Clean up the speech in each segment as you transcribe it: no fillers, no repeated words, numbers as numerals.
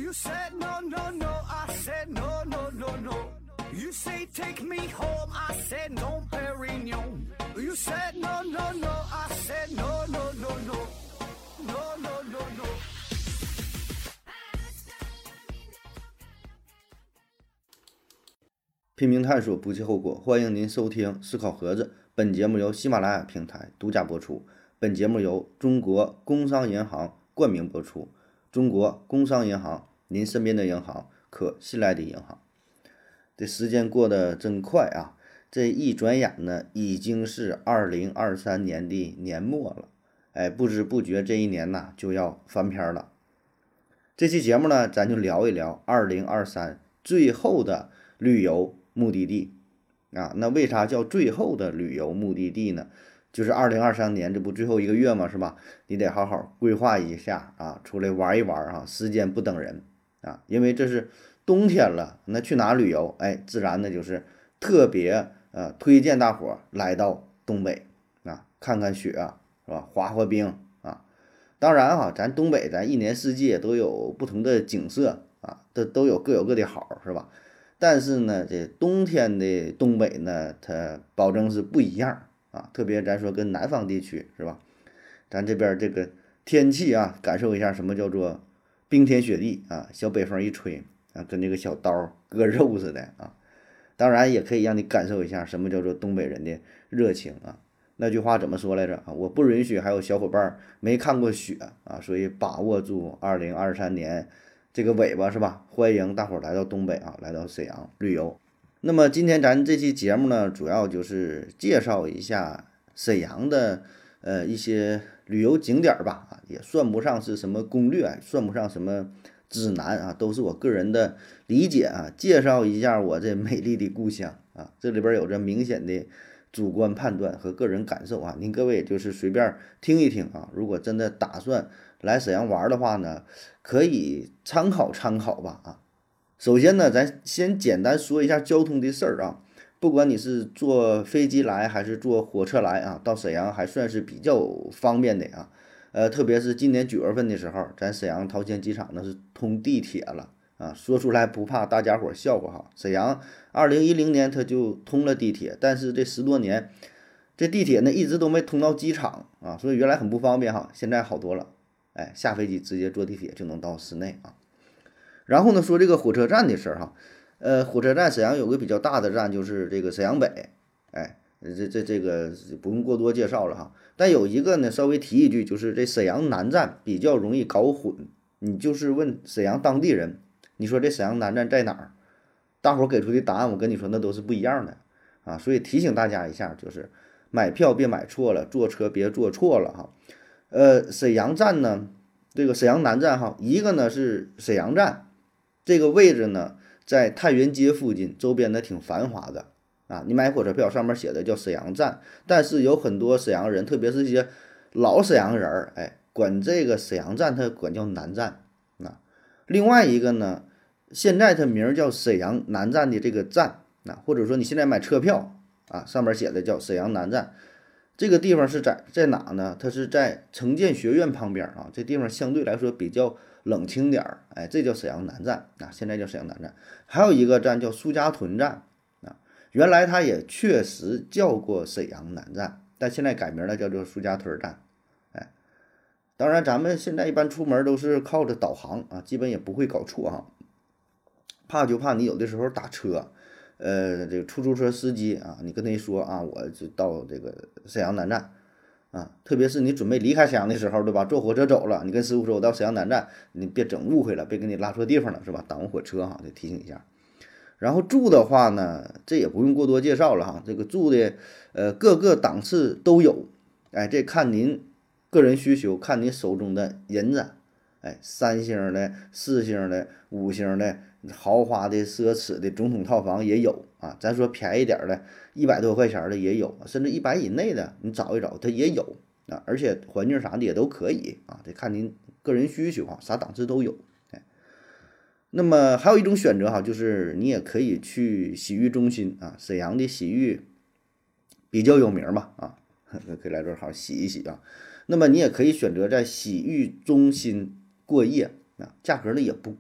You said no, no, no, I said no, no, no, no. You say take me home, I said no, Perignon. You said no, no, no, I said no, no, no, no. No, no, no, no. 拼命探索，不计后果。欢迎您收听思考盒子，本节目由喜马拉雅平台独家播出。本节目由中国工商银行冠名播出。中国工商银行，您身边的银行，可信赖的银行。这时间过得真快啊！这一转眼呢，已经是2023年的年末了。哎，不知不觉这一年呢就要翻篇了。这期节目呢，咱就聊一聊2023最后的旅游目的地啊。那为啥叫最后的旅游目的地呢？就是2023年，这不最后一个月嘛，是吧？你得好好规划一下啊，出来玩一玩啊，时间不等人啊，因为这是冬天了，那去哪旅游？哎，自然的就是特别推荐大伙来到东北啊，看看雪啊，是吧？滑滑冰啊。当然哈，咱东北咱一年四季都有不同的景色啊，都有各有各的好，是吧？但是呢，这冬天的东北呢，它保证是不一样啊，特别咱说跟南方地区是吧？咱这边这个天气啊，感受一下什么叫做冰天雪地啊，小北风一吹啊，跟这个小刀割肉似的啊。当然也可以让你感受一下什么叫做东北人的热情啊。那句话怎么说来着啊？我不允许还有小伙伴没看过雪啊，所以把握住2023年这个尾巴是吧？欢迎大伙儿来到东北啊，来到沈阳旅游。那么今天咱这期节目呢，主要就是介绍一下沈阳的一些旅游景点吧啊，也算不上是什么攻略，算不上什么指南啊，都是我个人的理解啊，介绍一下我这美丽的故乡啊，这里边有着明显的主观判断和个人感受啊，您各位也就是随便听一听啊，如果真的打算来沈阳玩的话呢，可以参考参考吧啊。首先呢，咱先简单说一下交通的事儿啊。不管你是坐飞机来还是坐火车来啊，到沈阳还算是比较方便的啊。特别是今年9月份的时候，咱沈阳桃前机场那是通地铁了啊。说出来不怕大家伙笑话哈。沈阳2010年它就通了地铁，但是这10多年，这地铁呢一直都没通到机场啊，所以原来很不方便哈。现在好多了，哎，下飞机直接坐地铁就能到市内啊。然后呢，说这个火车站的事儿哈，火车站沈阳有个比较大的站，就是这个沈阳北，哎，这个不用过多介绍了哈。但有一个呢，稍微提一句，就是这沈阳南站比较容易搞混。你就是问沈阳当地人，你说这沈阳南站在哪儿，大伙儿给出的答案，我跟你说那都是不一样的啊。所以提醒大家一下，就是买票别买错了，坐车别坐错了哈。沈阳站呢，这个沈阳南站哈，一个呢是沈阳站。这个位置呢，在太原街附近，周边呢挺繁华的啊。你买火车票上面写的叫沈阳站，但是有很多沈阳人，特别是一些老沈阳人儿，哎，管这个沈阳站他管叫南站啊。另外一个呢，现在它名叫沈阳南站的这个站啊，或者说你现在买车票啊，上面写的叫沈阳南站。这个地方是在哪呢？它是在城建学院旁边啊，这地方相对来说比较冷清点儿，哎，这叫沈阳南站啊，现在叫沈阳南站。还有一个站叫苏家屯站啊，原来它也确实叫过沈阳南站，但现在改名了，叫做苏家屯站。哎，当然咱们现在一般出门都是靠着导航啊，基本也不会搞错哈。怕就怕你有的时候打车。这个出租车司机啊，你跟他一说啊，我就到这个沈阳南站啊，特别是你准备离开沈阳的时候，对吧？坐火车走了，你跟师傅说我到沈阳南站，你别整误会了，别给你拉错地方了，是吧？耽误火车哈，得提醒一下。然后住的话呢，这也不用过多介绍了哈，这个住的各个档次都有，哎，这看您个人需求，看您手中的银子，哎，3星的、4星的、5星的。豪华的、奢侈的总统套房也有啊，咱说便宜点的，100多块钱的也有，甚至100以内的，你找一找它也有啊，而且环境啥的也都可以啊，得看您个人需求啊，啥档次都有。哎，那么还有一种选择哈，就是你也可以去洗浴中心啊，沈阳的洗浴比较有名嘛啊，可以来这儿好洗一洗啊。那么你也可以选择在洗浴中心过夜啊，价格呢也不贵哈。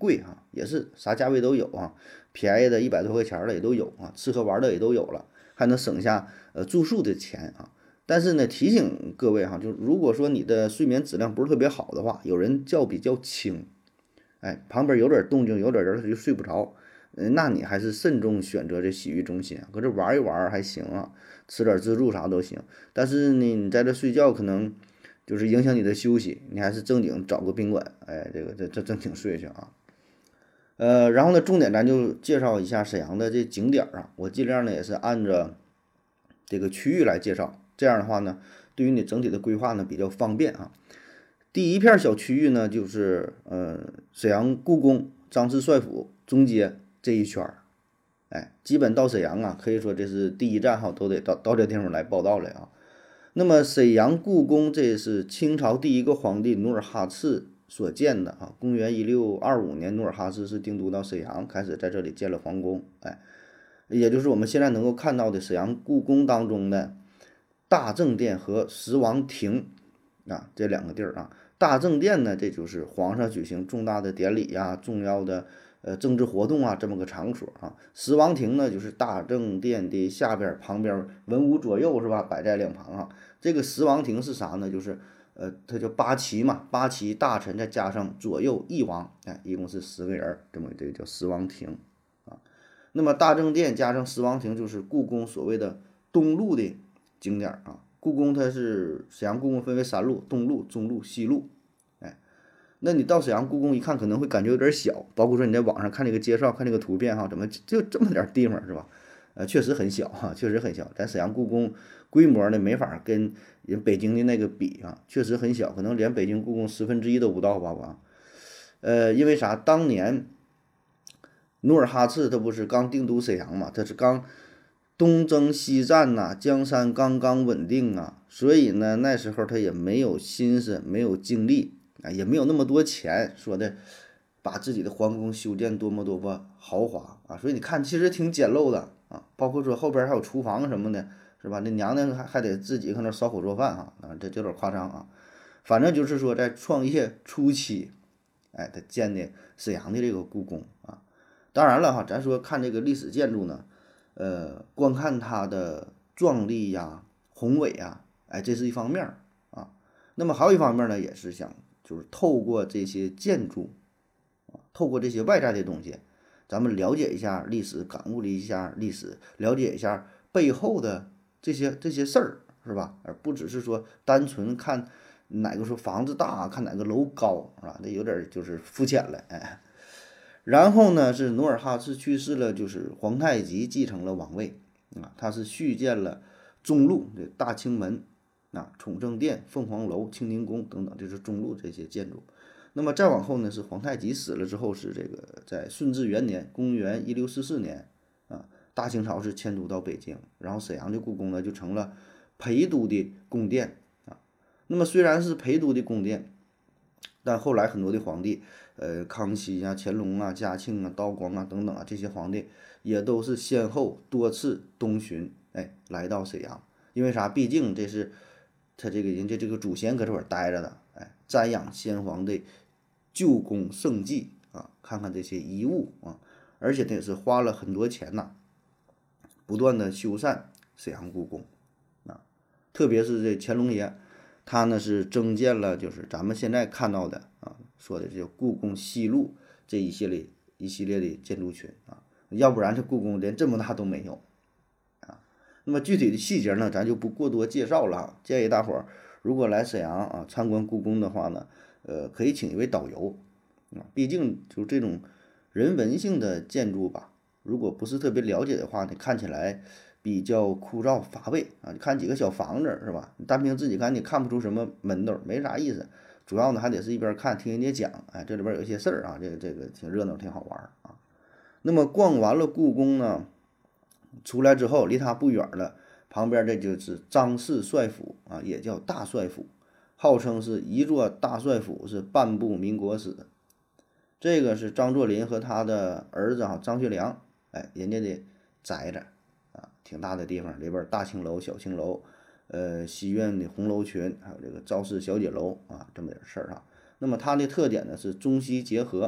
也是啥价位都有啊，便宜的100多块钱的也都有啊，吃喝玩的也都有了，还能省下住宿的钱啊。但是呢，提醒各位哈，就如果说你的睡眠质量不是特别好的话，有人觉比较轻，哎，旁边有点动静，有点人他就睡不着，那你还是慎重选择这洗浴中心，搁这玩一玩还行啊，吃点自助啥都行。但是呢，你在这睡觉可能就是影响你的休息，你还是正经找个宾馆，哎，这正经睡去啊。然后呢，重点咱就介绍一下沈阳的这景点啊，我尽量呢也是按着这个区域来介绍，这样的话呢，对于你整体的规划呢比较方便啊。第一片小区域呢，就是沈阳故宫、张氏帅府、中街这一圈儿，哎，基本到沈阳啊，可以说这是第一站哈，都得到这地方来报到了啊。那么沈阳故宫这是清朝第一个皇帝努尔哈赤所建的啊，公元1625年，努尔哈赤是定都到沈阳，开始在这里建了皇宫，哎，也就是我们现在能够看到的沈阳故宫当中的大正殿和十王亭啊这两个地儿啊。大正殿呢，这就是皇上举行重大的典礼呀、重要的政治活动啊这么个场所啊。十王亭呢，就是大正殿的下边旁边文武左右是吧，摆在两旁啊。这个十王亭是啥呢？就是它叫八旗嘛，八旗大臣再加上左右一王，哎，一共是10个人，这么这个叫十王亭啊。那么大正殿加上十王亭，就是故宫所谓的东路的景点啊。故宫它是沈阳故宫分为3路，东路、中路、西路。哎，那你到沈阳故宫一看，可能会感觉有点小，包括说你在网上看这个介绍、看这个图片哈，怎么就这么点地方是吧？确实很小哈，确实很小。咱沈阳故宫规模呢，没法跟人北京的那个比啊，确实很小，可能连北京故宫1/10都不到吧吧。因为啥？当年努尔哈赤他不是刚定都沈阳嘛，他是刚东征西战呐、江山刚刚稳定啊，所以呢，那时候他也没有心思，没有精力啊，也没有那么多钱，说的把自己的皇宫修建多么多么豪华啊，所以你看其实挺简陋的啊，包括说后边还有厨房什么的，是吧？那娘娘还得自己搁那烧火做饭啊，这有点夸张啊。反正就是说在创业初期，哎，他建的沈阳的这个故宫啊，当然了哈，咱说看这个历史建筑呢。光看它的壮丽呀、宏伟呀，哎，这是一方面儿啊。那么还有一方面呢，也是想就是透过这些建筑啊，透过这些外在的东西，咱们了解一下历史，感悟了一下历史，了解一下背后的这些事儿，是吧？而不只是说单纯看哪个说房子大，看哪个楼高，是吧？那有点就是肤浅了，哎。然后呢，是努尔哈赤去世了，就是皇太极继承了王位啊，他是续建了中路的大清门啊、崇政殿、凤凰楼、清宁宫等等，就是中路这些建筑。那么再往后呢，是皇太极死了之后，是这个在顺治元年，公元1644年啊，大清朝是迁都到北京，然后沈阳的故宫呢就成了陪都的宫殿啊。那么虽然是陪都的宫殿，但后来很多的皇帝，康熙啊、乾隆啊、嘉庆啊、道光啊等等啊，这些皇帝也都是先后多次东巡，哎，来到沈阳。因为啥？毕竟这是他这个人家这个祖先搁这会儿待着的，哎，瞻仰先皇的旧功圣迹啊，看看这些遗物啊，而且呢也是花了很多钱呐，不断的修缮沈阳故宫啊，特别是这乾隆爷。他呢是增建了，就是咱们现在看到的啊，说的这故宫西路这一系列的建筑群啊，要不然这故宫连这么大都没有啊。那么具体的细节呢，咱就不过多介绍了啊。建议大伙儿如果来沈阳啊参观故宫的话呢，可以请一位导游啊，毕竟就这种人文性的建筑吧，如果不是特别了解的话呢，看起来比较枯燥乏味啊，看几个小房子是吧？你单凭自己看，你看不出什么门道，没啥意思。主要呢还得是一边看听人家讲，哎，这里边有一些事儿啊，这个挺热闹，挺好玩啊。那么逛完了故宫呢，出来之后离它不远了，旁边这就是张氏帅府啊，也叫大帅府，号称是一座大帅府，是半部民国史。这个是张作霖和他的儿子张学良，哎，人家的宅子。挺大的地方，里边大青楼、小青楼，西苑的红楼群，还有这个赵氏小姐楼啊，这么点事儿啊。那么它的特点呢是中西结合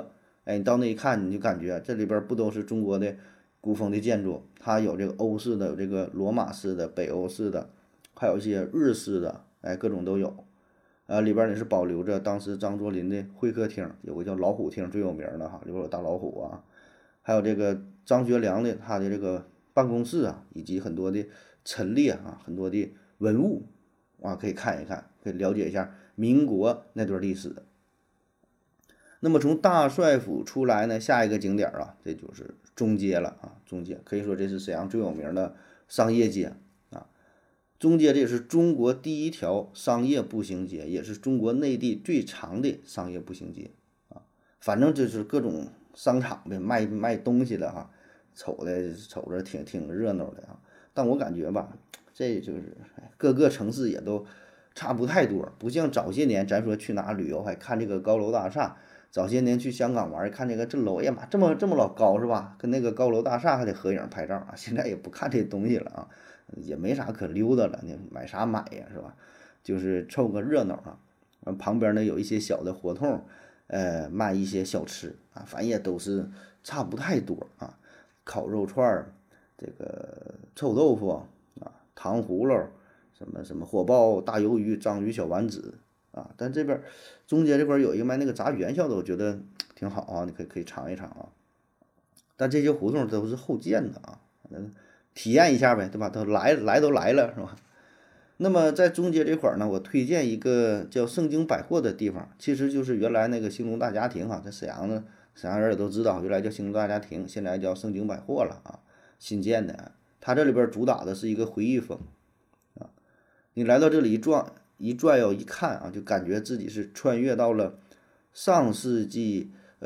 哎，你到那一看，你就感觉这里边不都是中国的古风的建筑，它有这个欧式的，有这个罗马式的、北欧式的，还有一些日式的，哎，各种都有。里边儿也是保留着当时张作霖的会客厅，有个叫老虎厅最有名的哈，里边有大老虎啊，还有这个张学良的他的这个办公室啊，以及很多的陈列啊，很多的文物啊，可以看一看，可以了解一下民国那段历史。那么从大帅府出来呢，下一个景点啊，这就是中街了啊。中街可以说这是沈阳最有名的商业街啊。中街这也是中国第一条商业步行街，也是中国内地最长的商业步行街啊。反正就是各种商场呗，卖东西的哈，瞅着挺热闹的啊。但我感觉吧，这就是各个城市也都差不太多，不像早些年咱说去哪旅游还看这个高楼大厦。早些年去香港玩，看这个这楼，哎呀妈，这么老高是吧？跟那个高楼大厦还得合影拍照啊。现在也不看这东西了啊，也没啥可溜达了，你买啥买呀，是吧？就是凑个热闹啊。旁边呢有一些小的胡同，卖一些小吃啊，反正也都是差不太多啊。烤肉串儿，这个臭豆腐啊，糖葫芦，什么火爆大鱿鱼、章鱼小丸子。啊，但这边中间这块有一个卖那个炸元宵的，我觉得挺好啊，你可以尝一尝啊。但这些胡同都是后建的啊，体验一下呗，对吧？都来了是吧？那么在中街这块儿呢，我推荐一个叫盛京百货的地方，其实就是原来那个兴隆大家庭哈，在沈阳呢，沈阳人也都知道，原来叫兴隆大家庭，现在叫盛京百货了啊，新建的。它这里边主打的是一个回忆风啊，你来到这里一转悠一看啊，就感觉自己是穿越到了上世纪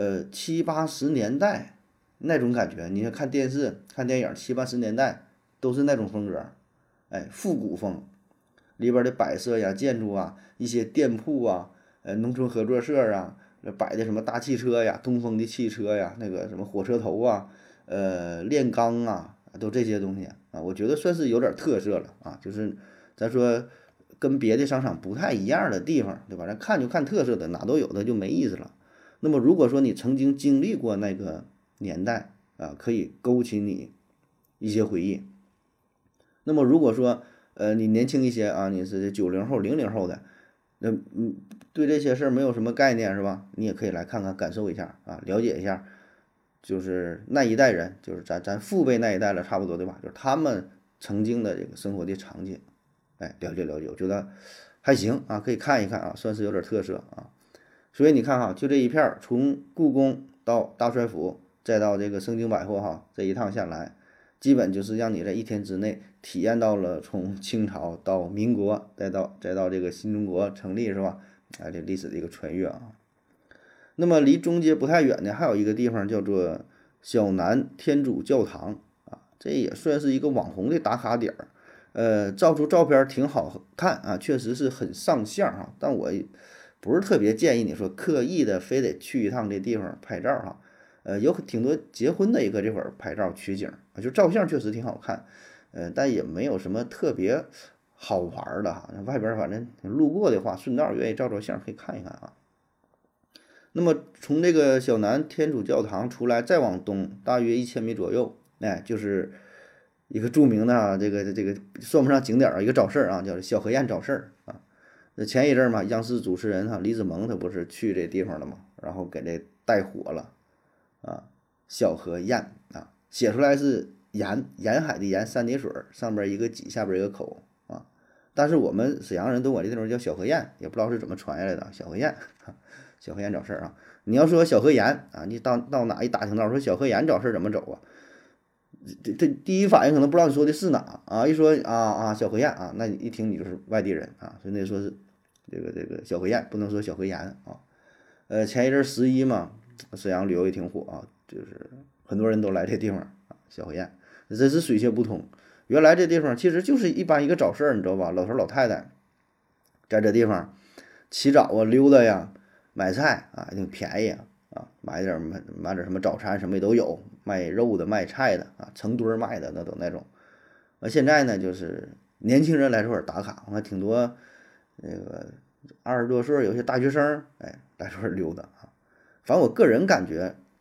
70、80年代那种感觉。你看看电视、看电影，70、80年代都是那种风格，哎，复古风，里边的摆设呀、建筑啊、一些店铺啊、农村合作社啊，摆的什么大汽车呀、东风的汽车呀、那个什么火车头啊、炼钢啊，都这些东西啊，我觉得算是有点特色了啊，就是咱说跟别的商场不太一样的地方，对吧？咱看就看特色的，哪都有的就没意思了。那么如果说你曾经经历过那个年代啊，可以勾起你一些回忆。那么如果说你年轻一些啊，你是90后、00后的，那对这些事儿没有什么概念是吧？你也可以来看看，感受一下啊，了解一下，就是那一代人，就是咱父辈那一代了，差不多对吧？就是他们曾经的这个生活的场景，哎，了解了解，我觉得还行啊，可以看一看啊，算是有点特色啊。所以你看哈，就这一片儿，从故宫到大帅府，再到这个盛京百货哈，这一趟下来，基本就是让你在一天之内体验到了从清朝到民国，再到这个新中国成立是吧？哎，这历史的一个穿越啊。那么离中街不太远的还有一个地方叫做小南天主教堂啊，这也算是一个网红的打卡点儿。照出照片挺好看啊，确实是很上相啊。但我不是特别建议你说刻意的非得去一趟这地方拍照哈。有挺多结婚的也搁这块儿拍照取景啊，就照相确实挺好看，但也没有什么特别好玩的哈。外边反正路过的话，顺道愿意照照相可以看一看啊。那么从这个小南天主教堂出来，再往东大约1000米左右，哎，就是一个著名的啊，这个算不上景点儿啊，一个早市啊，叫小河堰早市啊。那前一阵嘛，央视主持人哈李子萌他不是去这地方了嘛，然后给这带火了啊。小河堰啊，写出来是沿海的沿，三点水上边一个几，下边一个口啊。但是我们沈阳人都管这地方叫小河堰，也不知道是怎么传下来的。小河堰，小河堰找事儿啊。你要说小河沿啊，你到哪一打听道说小河沿找事儿怎么走啊？这第一反应可能不知道你说的是哪啊，一说小河堰啊，那你一听你就是外地人啊，所以那说是这个小河堰，不能说小河沿啊。前一阵11嘛，沈阳旅游也挺火啊，就是很多人都来这地方啊，小河堰，真是水泄不通。原来这地方其实就是一个早市儿，你知道吧？老头老太太在这地方起早啊、溜达呀、买菜啊，挺便宜啊，买点什么早餐什么也都有，卖肉的、卖菜的啊，成堆儿卖的那都那种。现在呢，就是年轻人来这块儿打卡，我看挺多那个20多岁有些大学生哎来这块儿溜达啊。反正我个人感觉，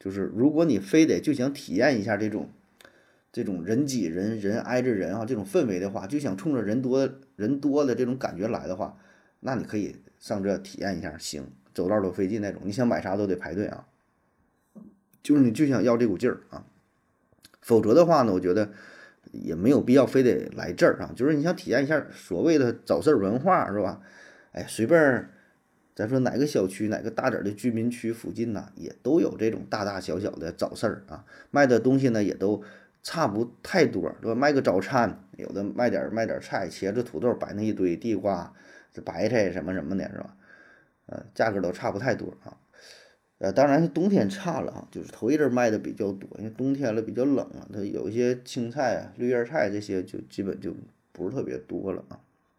就是如果你非得就想体验一下这种人挤人、人挨着人啊这种氛围的话，就想冲着人多的这种感觉来的话，那你可以上这体验一下，行，走道都费劲那种，你想买啥都得排队啊，就是你就想要这股劲儿啊。否则的话呢，我觉得也没有必要非得来这儿啊。就是你想体验一下所谓的早市文化，是吧？哎，随便咱说哪个小区、哪个大点儿的居民区附近呢，也都有这种大大小小的早市儿啊，卖的东西呢也都差不太多，对吧？卖个早餐，有的卖点菜，茄子、土豆摆那一堆，地瓜、这白菜什么什么的，是吧？价格都差不太多啊。当然是冬天差了啊，就是头一阵卖的比较多，因为冬天了比较冷啊，它有一些青菜啊、绿叶菜这些就基本就不是特别多了啊。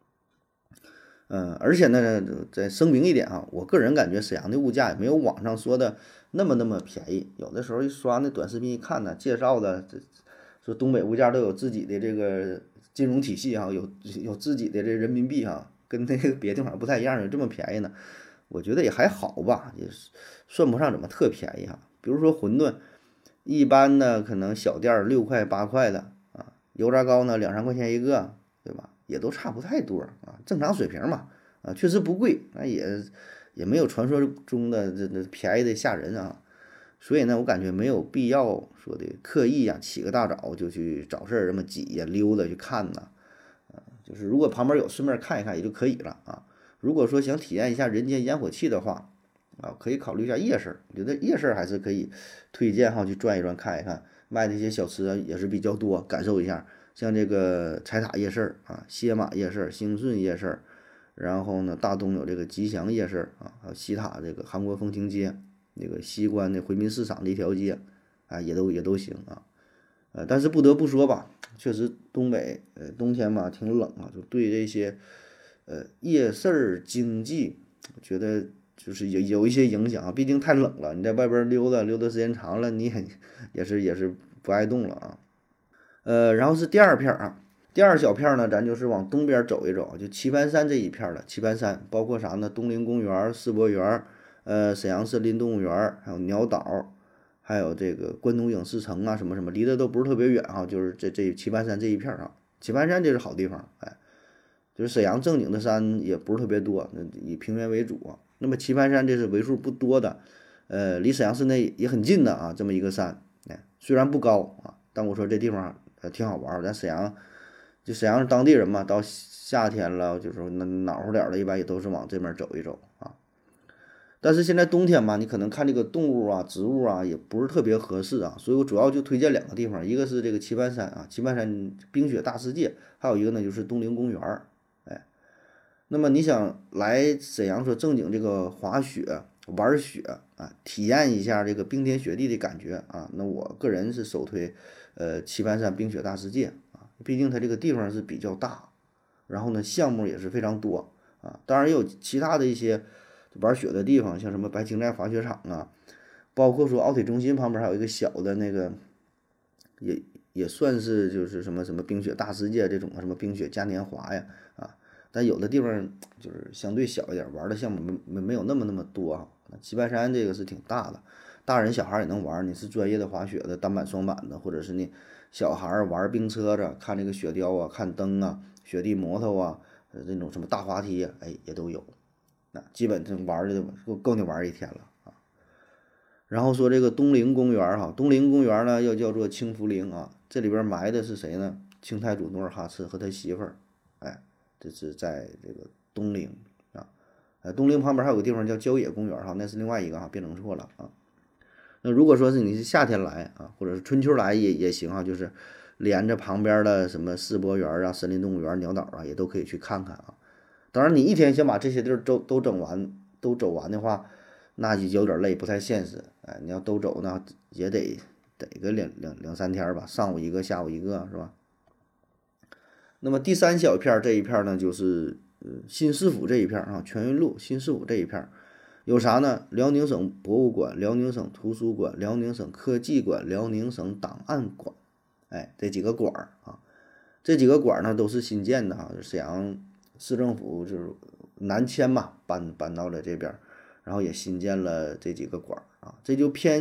而且呢，再声明一点啊，我个人感觉沈阳的物价也没有网上说的那么便宜。有的时候一刷那短视频一看呢，介绍的这说东北物价都有自己的这个金融体系哈、有自己的这人民币哈、跟那个别的地方不太一样，有这么便宜呢。我觉得也还好吧，也是算不上怎么特便宜哈。比如说馄饨，一般的可能小店儿6块8块的啊，油炸糕呢2、3块钱一个，对吧？也都差不太多啊，正常水平嘛。啊，确实不贵，那也没有传说中的这便宜的吓人啊。所以呢，我感觉没有必要说的刻意呀、起个大早就去找事儿这么挤呀、溜达去看呐。就是如果旁边有，顺便看一看也就可以了啊。如果说想体验一下人间烟火气的话，啊，可以考虑一下夜市。我觉得夜市还是可以推荐哈，去转一转看一看，卖的一些小吃啊也是比较多，感受一下。像这个彩塔夜市啊、歇马夜市、兴顺夜市，然后呢，大东有这个吉祥夜市啊，还有西塔这个韩国风情街，那个西关的回民市场的一条街，啊，也都行啊。但是不得不说吧，确实东北冬天嘛挺冷啊，就对这些夜市儿经济，我觉得就是有一些影响啊，毕竟太冷了，你在外边溜达时间长了，你也是不爱动了啊。然后是第二片儿啊，第二小片儿呢，咱就是往东边走一走，就棋盘山这一片儿了。棋盘山包括啥呢？东陵公园、世博园，沈阳森林动物园，还有鸟岛，还有这个关东影视城啊，什么什么，离得都不是特别远哈。就是这棋盘山这一片儿啊，棋盘山这是好地方，哎，就是沈阳正经的山也不是特别多，那以平原为主啊。那么棋盘山这是为数不多的，离沈阳市内也很近的啊，这么一个山，哎，虽然不高啊，但我说这地方挺好玩儿。咱沈阳就沈阳是当地人嘛，到夏天了，就是说那暖和点儿了，一般也都是往这边走一走啊。但是现在冬天嘛，你可能看这个动物啊、植物啊，也不是特别合适啊，所以我主要就推荐两个地方，一个是这个棋盘山啊，棋盘山冰雪大世界，还有一个呢就是东陵公园儿。哎，那么你想来沈阳说正经这个滑雪、玩雪啊，体验一下这个冰天雪地的感觉啊，那我个人是首推棋盘山冰雪大世界啊，毕竟它这个地方是比较大，然后呢项目也是非常多啊，当然也有其他的一些玩雪的地方，像什么白青寨滑雪场啊，包括说奥体中心旁边还有一个小的那个，也也算是就是什么冰雪大世界这种什么冰雪嘉年华呀啊，但有的地方就是相对小一点，玩的项目没有那么多哈。棋盘山这个是挺大的，大人小孩也能玩，你是专业的滑雪的单板双板的，或者是你小孩玩冰车子，看这个雪雕啊，看灯啊，雪地摩托啊，这种什么大滑梯啊，哎也都有。那基本上玩的够你玩一天了啊。然后说这个东陵公园哈，东陵公园呢又叫做清福陵啊，这里边埋的是谁呢？清太祖努尔哈赤和他媳妇儿，哎，这是在这个东陵啊。东陵旁边还有个地方叫郊野公园哈，那是另外一个哈，别弄错了啊。那如果说是你是夏天来啊，或者是春秋来也行啊，就是连着旁边的什么世博园啊、森林动物园、鸟岛啊，也都可以去看看啊。当然，你一天想把这些地儿都整完、都走完的话，那就有点累，不太现实。哎，你要都走，那也得个两三天吧，上午一个，下午一个，是吧？那么第三小片这一片呢，就是新市府这一片啊，全运路新市府这一片有啥呢？辽宁省博物馆、辽宁省图书馆、辽宁省科技馆、辽宁省档案馆，哎，这几个馆儿啊，这几个馆儿呢都是新建的哈，沈阳市政府就是南迁嘛，搬到了这边，然后也新建了这几个馆儿啊，这就偏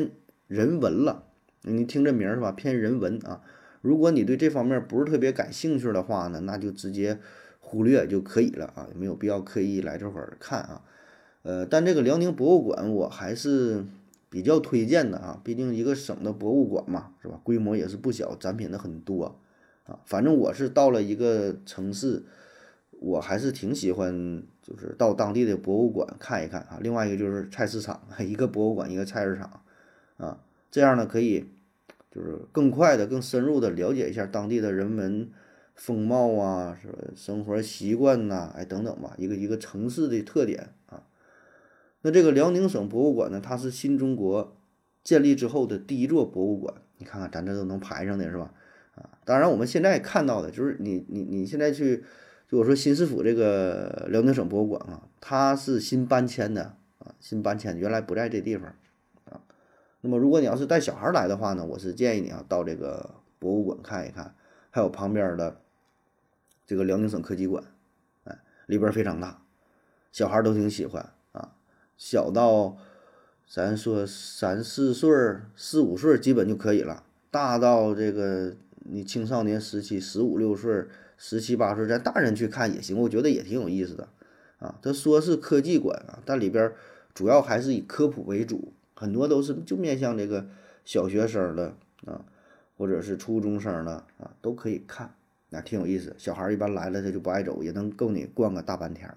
人文了。你听这名儿是吧，偏人文啊。如果你对这方面不是特别感兴趣的话呢，那就直接忽略就可以了啊，没有必要刻意来这会儿看啊。但这个辽宁博物馆我还是比较推荐的啊，毕竟一个省的博物馆嘛，是吧？规模也是不小，展品的很多啊。反正我是到了一个城市，我还是挺喜欢，就是到当地的博物馆看一看啊。另外一个就是菜市场，一个博物馆，一个菜市场啊，这样呢可以就是更快的、更深入的了解一下当地的人文风貌啊，是吧？生活习惯呐、哎等等吧，一个城市的特点啊。那这个辽宁省博物馆呢，它是新中国建立之后的第一座博物馆，你看看咱这都能排上的是吧？啊，当然我们现在看到的就是你现在去，就我说新市府这个辽宁省博物馆啊，它是新搬迁的啊，新搬迁，原来不在这地方啊。那么如果你要是带小孩来的话呢，我是建议你啊到这个博物馆看一看，还有旁边的这个辽宁省科技馆，哎，里边非常大，小孩都挺喜欢啊，小到咱说3、4岁、4、5岁基本就可以了，大到这个你青少年时期15、16岁、17、18岁，咱大人去看也行，我觉得也挺有意思的啊。他说是科技馆啊，但里边主要还是以科普为主，很多都是就面向这个小学生的啊，或者是初中生的啊，都可以看，那挺有意思。小孩一般来了他就不爱走，也能够你逛个大半天儿。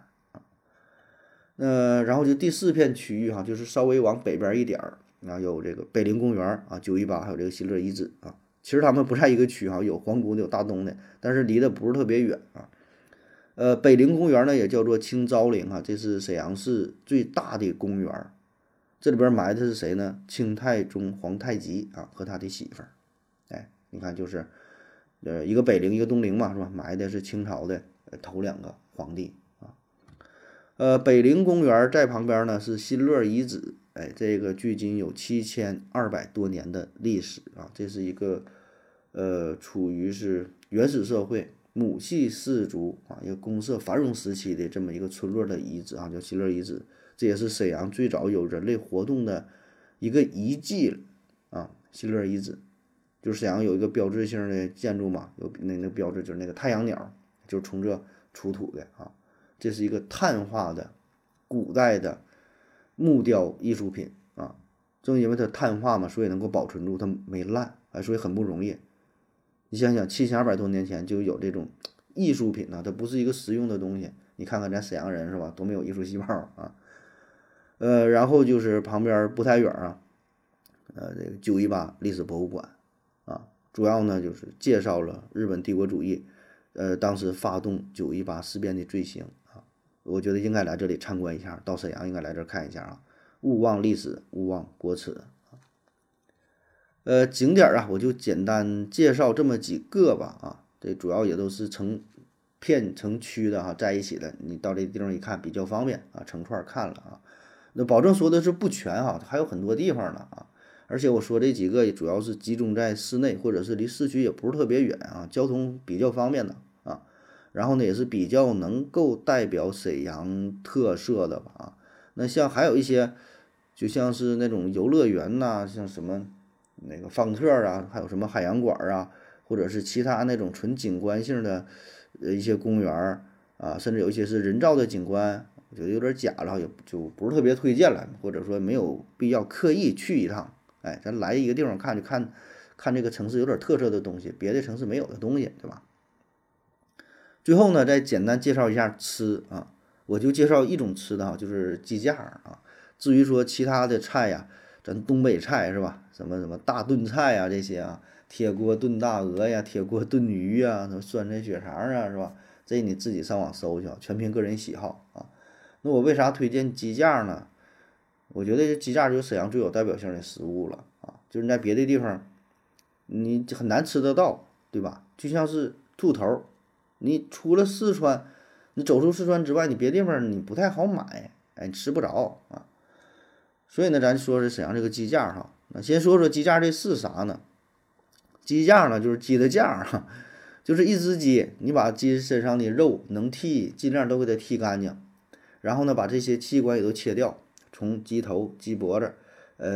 然后就第四片区域哈，就是稍微往北边一点儿，然后有这个北陵公园啊、918，还有这个新乐遗址啊。其实他们不在一个区哈，有皇姑的，有大东的，但是离得不是特别远啊。北陵公园呢也叫做清昭陵啊，这是沈阳市最大的公园。这里边埋的是谁呢？清太宗皇太极啊和他的媳妇儿。哎，你看就是一个北陵一个东陵嘛，是吧？埋的是清朝的头2个皇帝。北陵公园在旁边呢是新乐遗址，哎，这个距今有7200多年的历史啊，这是一个处于是原始社会母系氏族啊一个公社繁荣时期的这么一个村落的遗址啊，叫新乐遗址，这也是沈阳最早有人类活动的一个遗迹啊，新乐遗址就是沈阳有一个标志性的建筑嘛，有那标志就是那个太阳鸟，就是从这出土的啊。这是一个碳化的古代的木雕艺术品啊，正因为它碳化嘛，所以能够保存住，它没烂，哎，所以很不容易。你想想，7200多年前就有这种艺术品呢，它不是一个实用的东西。你看看咱沈阳人是吧，多没有艺术细胞啊。然后就是旁边不太远啊，这个918历史博物馆啊，主要呢就是介绍了日本帝国主义，当时发动918事变的罪行。我觉得应该来这里参观一下，到沈阳应该来这儿看一下啊！勿忘历史，勿忘国耻。景点啊，我就简单介绍这么几个吧啊，这主要也都是成片成区的哈，在一起的，你到这地方一看比较方便啊，成串看了啊。那保证说的是不全哈，还有很多地方呢啊。而且我说这几个也主要是集中在市内，或者是离市区也不是特别远啊，交通比较方便的。然后呢，也是比较能够代表沈阳特色的吧啊。那像还有一些，就像是那种游乐园呐、像什么那个方特啊，还有什么海洋馆啊，或者是其他那种纯景观性的一些公园啊，甚至有一些是人造的景观，我觉得有点假了，也就不是特别推荐了，或者说没有必要刻意去一趟。哎，咱来一个地方看，就看看这个城市有点特色的东西，别的城市没有的东西，对吧？最后呢，再简单介绍一下吃啊，我就介绍一种吃的啊，就是鸡架啊。至于说其他的菜呀，咱东北菜是吧？什么什么大炖菜啊这些啊，铁锅炖大鹅呀，铁锅炖鱼呀，什么酸菜血肠啊是吧？这你自己上网搜去，全凭个人喜好啊。那我为啥推荐鸡架呢？我觉得鸡架就是沈阳最有代表性的食物了啊，就是在别的地方你很难吃得到，对吧？就像是兔头。你除了四川，你走出四川之外，你别地方你不太好买，哎，你吃不着啊。所以呢，咱说是沈阳这个鸡架哈，那先说说鸡架这是啥呢？鸡架呢就是鸡的架哈，就是一只鸡，你把鸡身上的肉能剔，尽量都给它剔干净，然后呢把这些器官也都切掉，从鸡头、鸡脖子、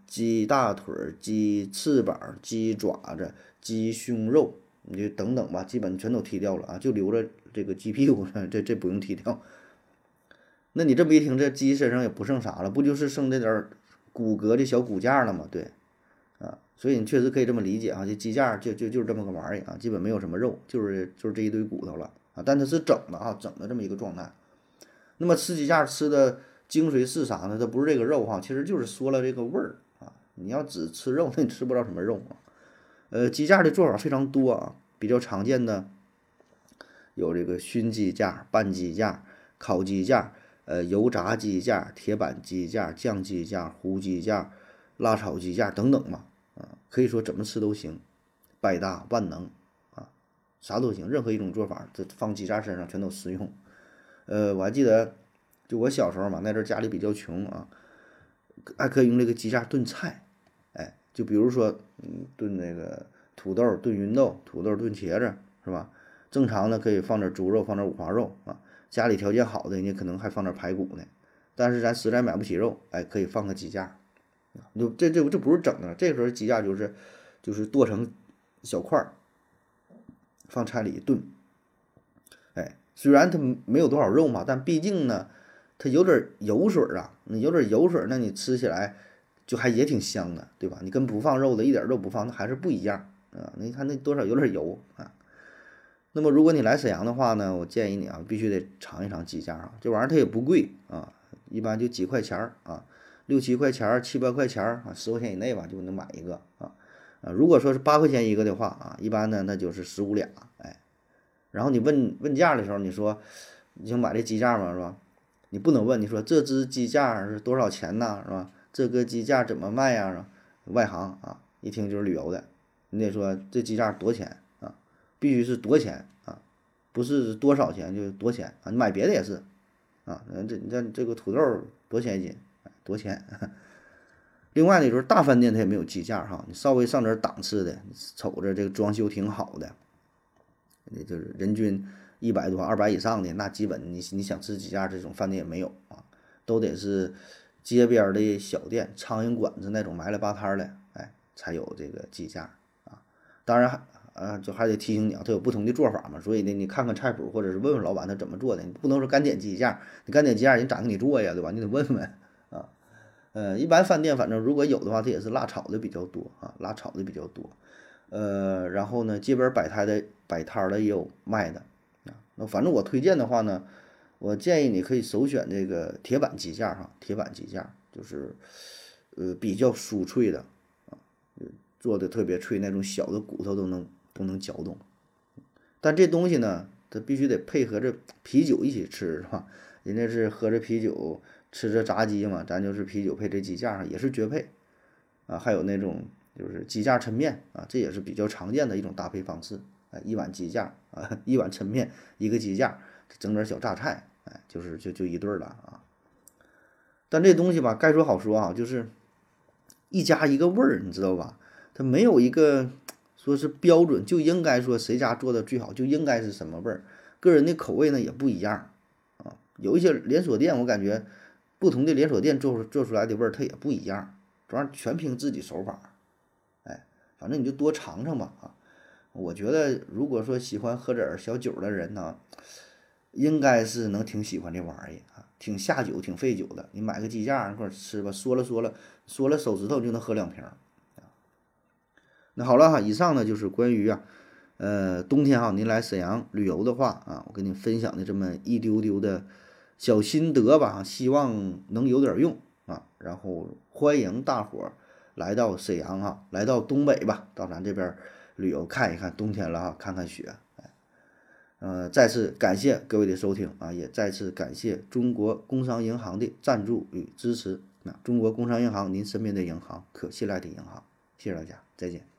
鸡大腿儿、鸡翅膀、鸡爪子、鸡胸肉，你就等等吧，基本全都剔掉了啊，就留着这个鸡屁股，这不用剔掉。那你这么一听，这鸡身上也不剩啥了，不就是剩这点儿骨骼的小骨架了吗？对啊，所以你确实可以这么理解啊，这鸡架就是这么个玩意儿啊，基本没有什么肉，就是这一堆骨头了啊，但它是整的啊，整的这么一个状态。那么吃鸡架吃的精髓是啥呢？它不是这个肉哈，其实就是说了这个味儿啊。你要只吃肉，那你吃不着什么肉啊。鸡架的做法非常多啊，比较常见的有这个熏鸡架、拌鸡架、烤鸡架、油炸鸡架、铁板鸡架、酱鸡架、糊鸡架、辣炒鸡架等等嘛。啊，可以说怎么吃都行，百搭万能啊，啥都行，任何一种做法，这放鸡架身上全都适用。我还记得，就我小时候嘛，那阵儿家里比较穷啊，还可以用这个鸡架炖菜，哎，就比如说，炖那个土豆炖芸豆，土豆炖茄子，是吧？正常的可以放点猪肉，放点五花肉啊。家里条件好的，你可能还放点排骨呢。但是咱实在买不起肉，哎，可以放个鸡架，就这不是整的，这时候鸡架就是剁成小块儿，放菜里一炖，哎。虽然它没有多少肉嘛，但毕竟呢，它有点油水啊。你有点油水，那你吃起来就还也挺香的，对吧？你跟不放肉的，一点肉不放，那还是不一样啊。你看那多少有点油啊。那么如果你来沈阳的话呢，我建议你啊，必须得尝一尝鸡架啊。这玩意儿它也不贵啊，一般就几块钱儿啊，6、7块钱儿、7、8块钱儿啊，10块钱以内吧就能买一个啊。如果说是8块钱一个的话啊，一般呢那就是15俩，哎。然后你问价的时候，你说你想买这鸡架吗？是吧？你不能问，你说这只鸡架是多少钱呢？是吧？这个鸡架怎么卖呀？是吧？外行啊，一听就是旅游的，你得说这鸡架多钱啊？必须是多钱啊，不是多少钱就是多钱啊。你买别的也是啊，这个土豆多钱一斤？多钱？另外呢，就是大饭店它也没有鸡架哈，你稍微上点档次的，瞅着这个装修挺好的。就是人均100多、200以上的，那基本你想吃几家这种饭店也没有啊，都得是街边的小店、苍蝇馆子那种埋了吧摊的，哎，才有这个鸡架啊。当然就还得提醒你啊，它有不同的做法嘛，所以呢，你看看菜谱或者是问问老板他怎么做的，你不能说干点鸡架，你干点鸡架人咋给你做呀，对吧？你得问问啊。一般饭店反正如果有的话，它也是辣炒的比较多啊，辣炒的比较多。然后呢，街边摆摊儿的也有卖的啊。那反正我推荐的话呢，我建议你可以首选这个铁板鸡架哈，铁板鸡架就是比较酥脆的啊，做的特别脆，那种小的骨头都能嚼动。但这东西呢，它必须得配合着啤酒一起吃，是吧？人家是喝着啤酒吃着炸鸡嘛，咱就是啤酒配这鸡架上也是绝配啊。还有那种就是鸡架抻面啊，这也是比较常见的一种搭配方式。哎，一碗鸡架啊，一碗抻面，一个鸡架，整点小榨菜，哎，就一对儿了啊。但这东西吧，该说好说啊，就是一家一个味儿，你知道吧？它没有一个说是标准，就应该说谁家做的最好，就应该是什么味儿。个人的口味呢也不一样啊。有一些连锁店，我感觉不同的连锁店做出来的味儿它也不一样，主要全凭自己手法。哎，反正你就多尝尝吧啊。我觉得如果说喜欢喝点小酒的人呢，应该是能挺喜欢这玩意儿啊，挺下酒、挺费酒的。你买个鸡架一块吃吧，说了手指头就能喝2瓶。那好了哈，以上呢就是关于冬天哈您来沈阳旅游的话啊，我跟你分享的这么一丢丢的小心得吧，希望能有点用啊。然后欢迎大伙儿来到沈阳哈，来到东北吧，到咱这边旅游看一看，冬天了哈，看看雪。再次感谢各位的收听啊，也再次感谢中国工商银行的赞助与支持。那中国工商银行，您身边的银行，可信赖的银行。谢谢大家，再见。